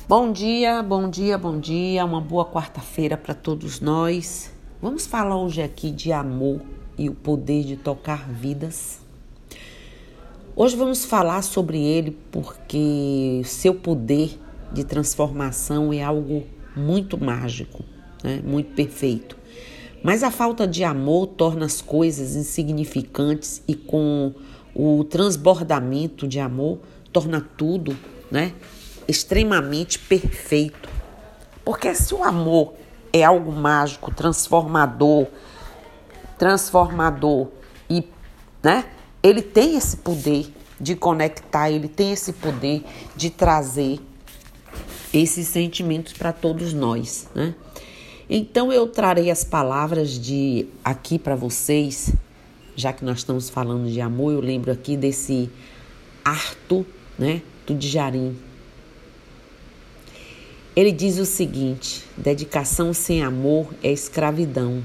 Bom dia, bom dia, bom dia. Uma boa quarta-feira para todos nós. Vamos falar hoje aqui de amor e o poder de tocar vidas. Hoje vamos falar sobre ele porque seu poder de transformação é algo muito mágico, né? Muito perfeito. Mas a falta de amor torna as coisas insignificantes e com o transbordamento de amor torna tudo, né, extremamente perfeito. Porque se o amor é algo mágico, transformador e, né, ele tem esse poder de conectar, ele tem esse poder de trazer esses sentimentos para todos nós, né? Então eu trarei as palavras de aqui para vocês, já que nós estamos falando de amor. Eu lembro aqui desse Arthur, né, do Djarin. Ele diz o seguinte: dedicação sem amor é escravidão.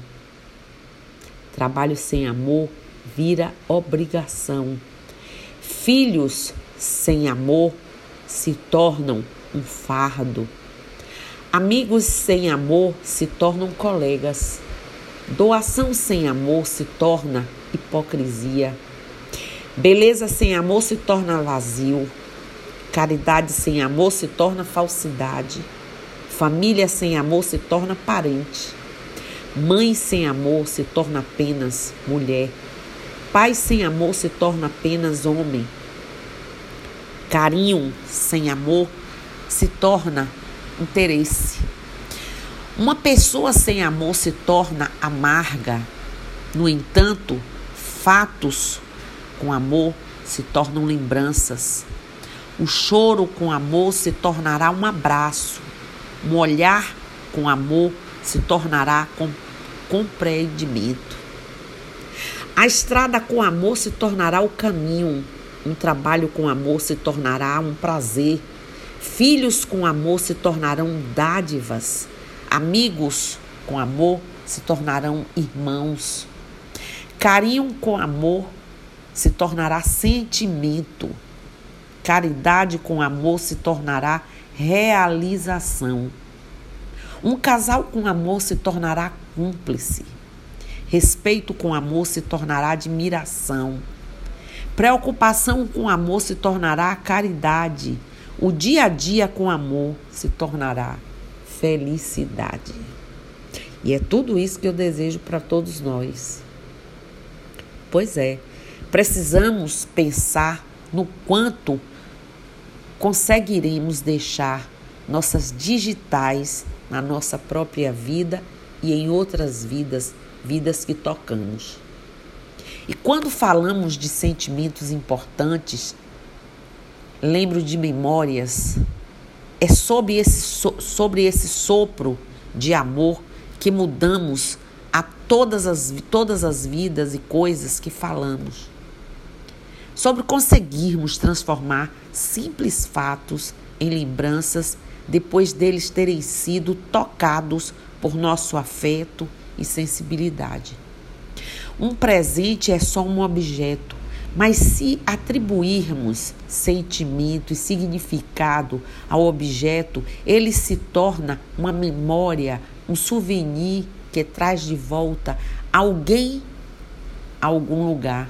Trabalho sem amor vira obrigação. Filhos sem amor se tornam um fardo. Amigos sem amor se tornam colegas. Doação sem amor se torna hipocrisia. Beleza sem amor se torna vazio. Caridade sem amor se torna falsidade. Família sem amor se torna parente. Mãe sem amor se torna apenas mulher. Pai sem amor se torna apenas homem. Carinho sem amor se torna interesse. Uma pessoa sem amor se torna amarga. No entanto, fatos com amor se tornam lembranças. O choro com amor se tornará um abraço. Um olhar com amor se tornará compreendimento. A estrada com amor se tornará o caminho. Um trabalho com amor se tornará um prazer. Filhos com amor se tornarão dádivas. Amigos com amor se tornarão irmãos. Carinho com amor se tornará sentimento. Caridade com amor se tornará realização. Um casal com amor se tornará cúmplice. Respeito com amor se tornará admiração. Preocupação com amor se tornará caridade. O dia a dia com amor se tornará felicidade. E é tudo isso que eu desejo para todos nós. Pois é, precisamos pensar no quanto conseguiremos deixar nossas digitais na nossa própria vida e em outras vidas que tocamos. E quando falamos de sentimentos importantes, lembro de memórias. É sobre esse sopro de amor que mudamos a todas as vidas e coisas que falamos. Sobre conseguirmos transformar simples fatos em lembranças depois deles terem sido tocados por nosso afeto e sensibilidade. Um presente é só um objeto, mas se atribuirmos sentimento e significado ao objeto, ele se torna uma memória, um souvenir que traz de volta alguém a algum lugar.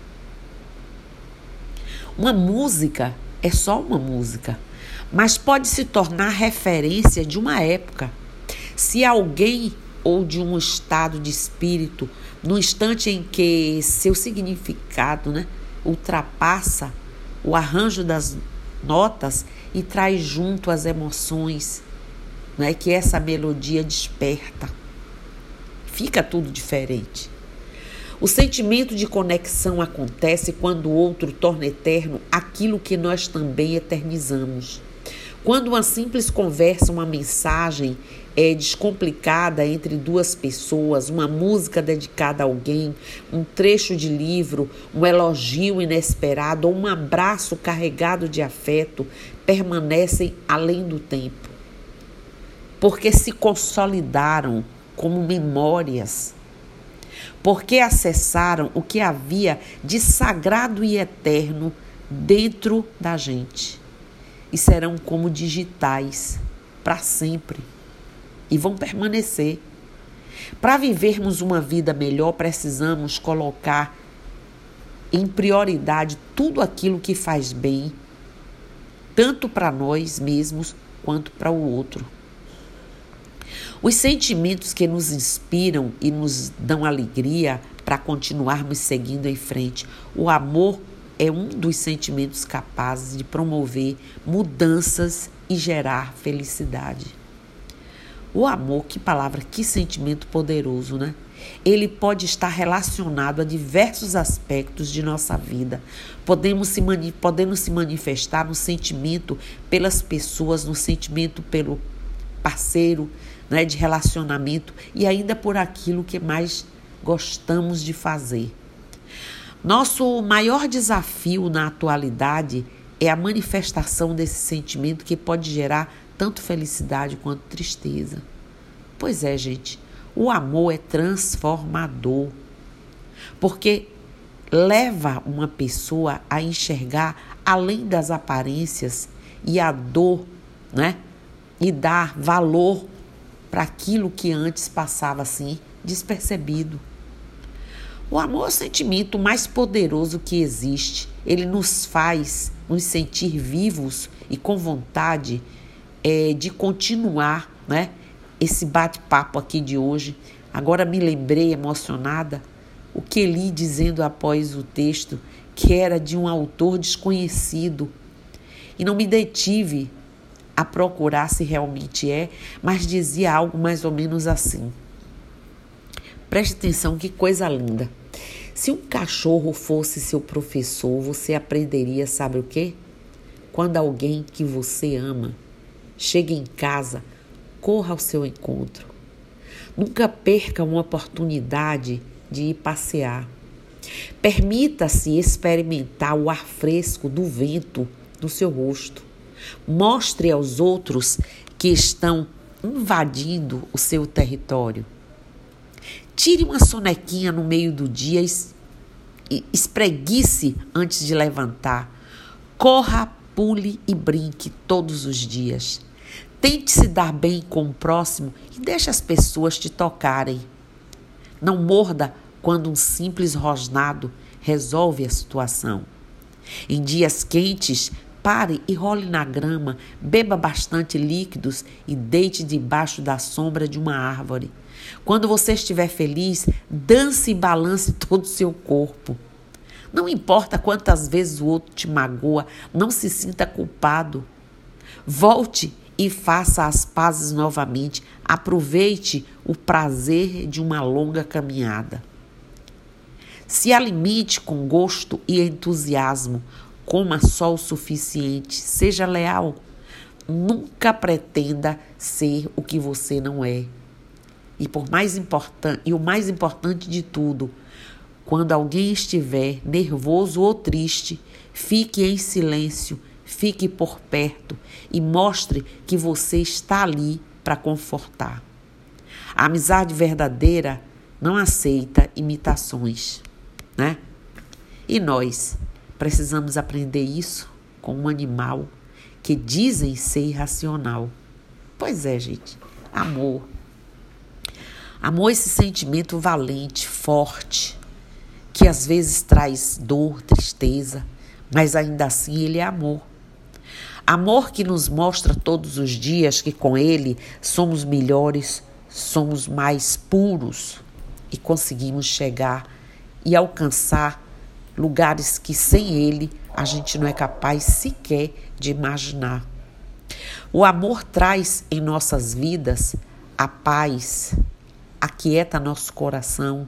Uma música é só uma música, mas pode se tornar referência de uma época. Se alguém ou de um estado de espírito, no instante em que seu significado, né, ultrapassa o arranjo das notas e traz junto as emoções, né, que essa melodia desperta, fica tudo diferente. O sentimento de conexão acontece quando o outro torna eterno aquilo que nós também eternizamos. Quando uma simples conversa, uma mensagem é descomplicada entre duas pessoas, uma música dedicada a alguém, um trecho de livro, um elogio inesperado ou um abraço carregado de afeto permanecem além do tempo, porque se consolidaram como memórias, porque acessaram o que havia de sagrado e eterno dentro da gente. e serão como digitais para sempre e vão permanecer. Para vivermos uma vida melhor, precisamos colocar em prioridade tudo aquilo que faz bem, tanto para nós mesmos quanto para o outro. Os sentimentos que nos inspiram e nos dão alegria para continuarmos seguindo em frente. O amor é um dos sentimentos capazes de promover mudanças e gerar felicidade. O amor, que palavra, que sentimento poderoso, né? Ele pode estar relacionado a diversos aspectos de nossa vida. Podendo se manifestar no sentimento pelas pessoas, no sentimento pelo parceiro, né, de relacionamento e ainda por aquilo que mais gostamos de fazer. Nosso maior desafio na atualidade é a manifestação desse sentimento que pode gerar tanto felicidade quanto tristeza. Pois é, gente, o amor é transformador, porque leva uma pessoa a enxergar além das aparências e a dor, né? E dar valor para aquilo que antes passava assim despercebido. O amor é o sentimento mais poderoso que existe. Ele nos faz nos sentir vivos e com vontade de continuar, né, esse bate-papo aqui de hoje. Agora me lembrei, emocionada, o que li dizendo após o texto, que era de um autor desconhecido. E não me detive a procurar se realmente é, mas dizia algo mais ou menos assim. Preste atenção, que coisa linda. Se um cachorro fosse seu professor, você aprenderia, sabe o quê? Quando alguém que você ama chega em casa, corra ao seu encontro. Nunca perca uma oportunidade de ir passear. Permita-se experimentar o ar fresco do vento no seu rosto. Mostre aos outros que estão invadindo o seu território. Tire uma sonequinha no meio do dia e espreguice antes de levantar. Corra, pule e brinque todos os dias. Tente se dar bem com o próximo e deixe as pessoas te tocarem. Não morda quando um simples rosnado resolve a situação. Em dias quentes, pare e role na grama, beba bastante líquidos e deite debaixo da sombra de uma árvore. Quando você estiver feliz, dance e balance todo o seu corpo. Não importa quantas vezes o outro te magoa, não se sinta culpado. Volte e faça as pazes novamente. Aproveite o prazer de uma longa caminhada. Se alimente com gosto e entusiasmo. Coma só o suficiente. Seja leal. Nunca pretenda ser o que você não é. E o mais importante de tudo, quando alguém estiver nervoso ou triste, fique em silêncio, fique por perto e mostre que você está ali para confortar. A amizade verdadeira não aceita imitações, né? E nós precisamos aprender isso com um animal que dizem ser irracional. Pois é, gente, amor. Amor é esse sentimento valente, forte, que às vezes traz dor, tristeza, mas ainda assim ele é amor. Amor que nos mostra todos os dias que com ele somos melhores, somos mais puros e conseguimos chegar e alcançar lugares que sem ele a gente não é capaz sequer de imaginar. O amor traz em nossas vidas a paz, aquieta nosso coração.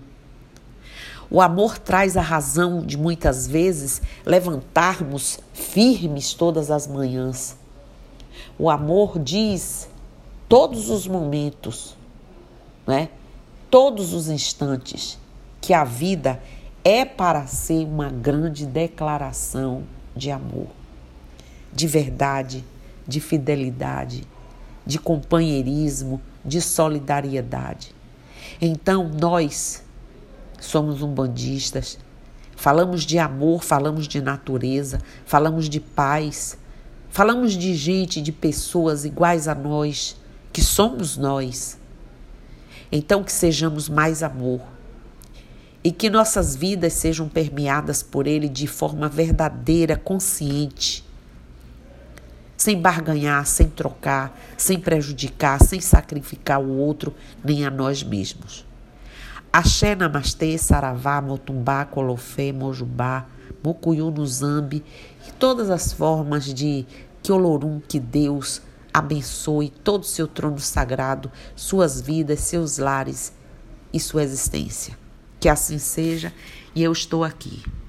O amor traz a razão de muitas vezes levantarmos firmes todas as manhãs. O amor diz todos os momentos, né? Todos os instantes, que a vida é para ser uma grande declaração de amor, de verdade, de fidelidade, de companheirismo, de solidariedade. Então, nós somos umbandistas, falamos de amor, falamos de natureza, falamos de paz, Falamos de gente, de pessoas iguais a nós, que somos nós. Então que sejamos mais amor e que nossas vidas sejam permeadas por Ele de forma verdadeira, consciente, sem barganhar, sem trocar, sem prejudicar, sem sacrificar o outro, nem a nós mesmos. Axé, Namastê, Saravá, Motumbá, Colofé, Mojubá, Mucuyu no Zambi e todas as formas de que Olorum, que Deus abençoe todo o seu trono sagrado, suas vidas, seus lares e sua existência. Que assim seja, e eu estou aqui.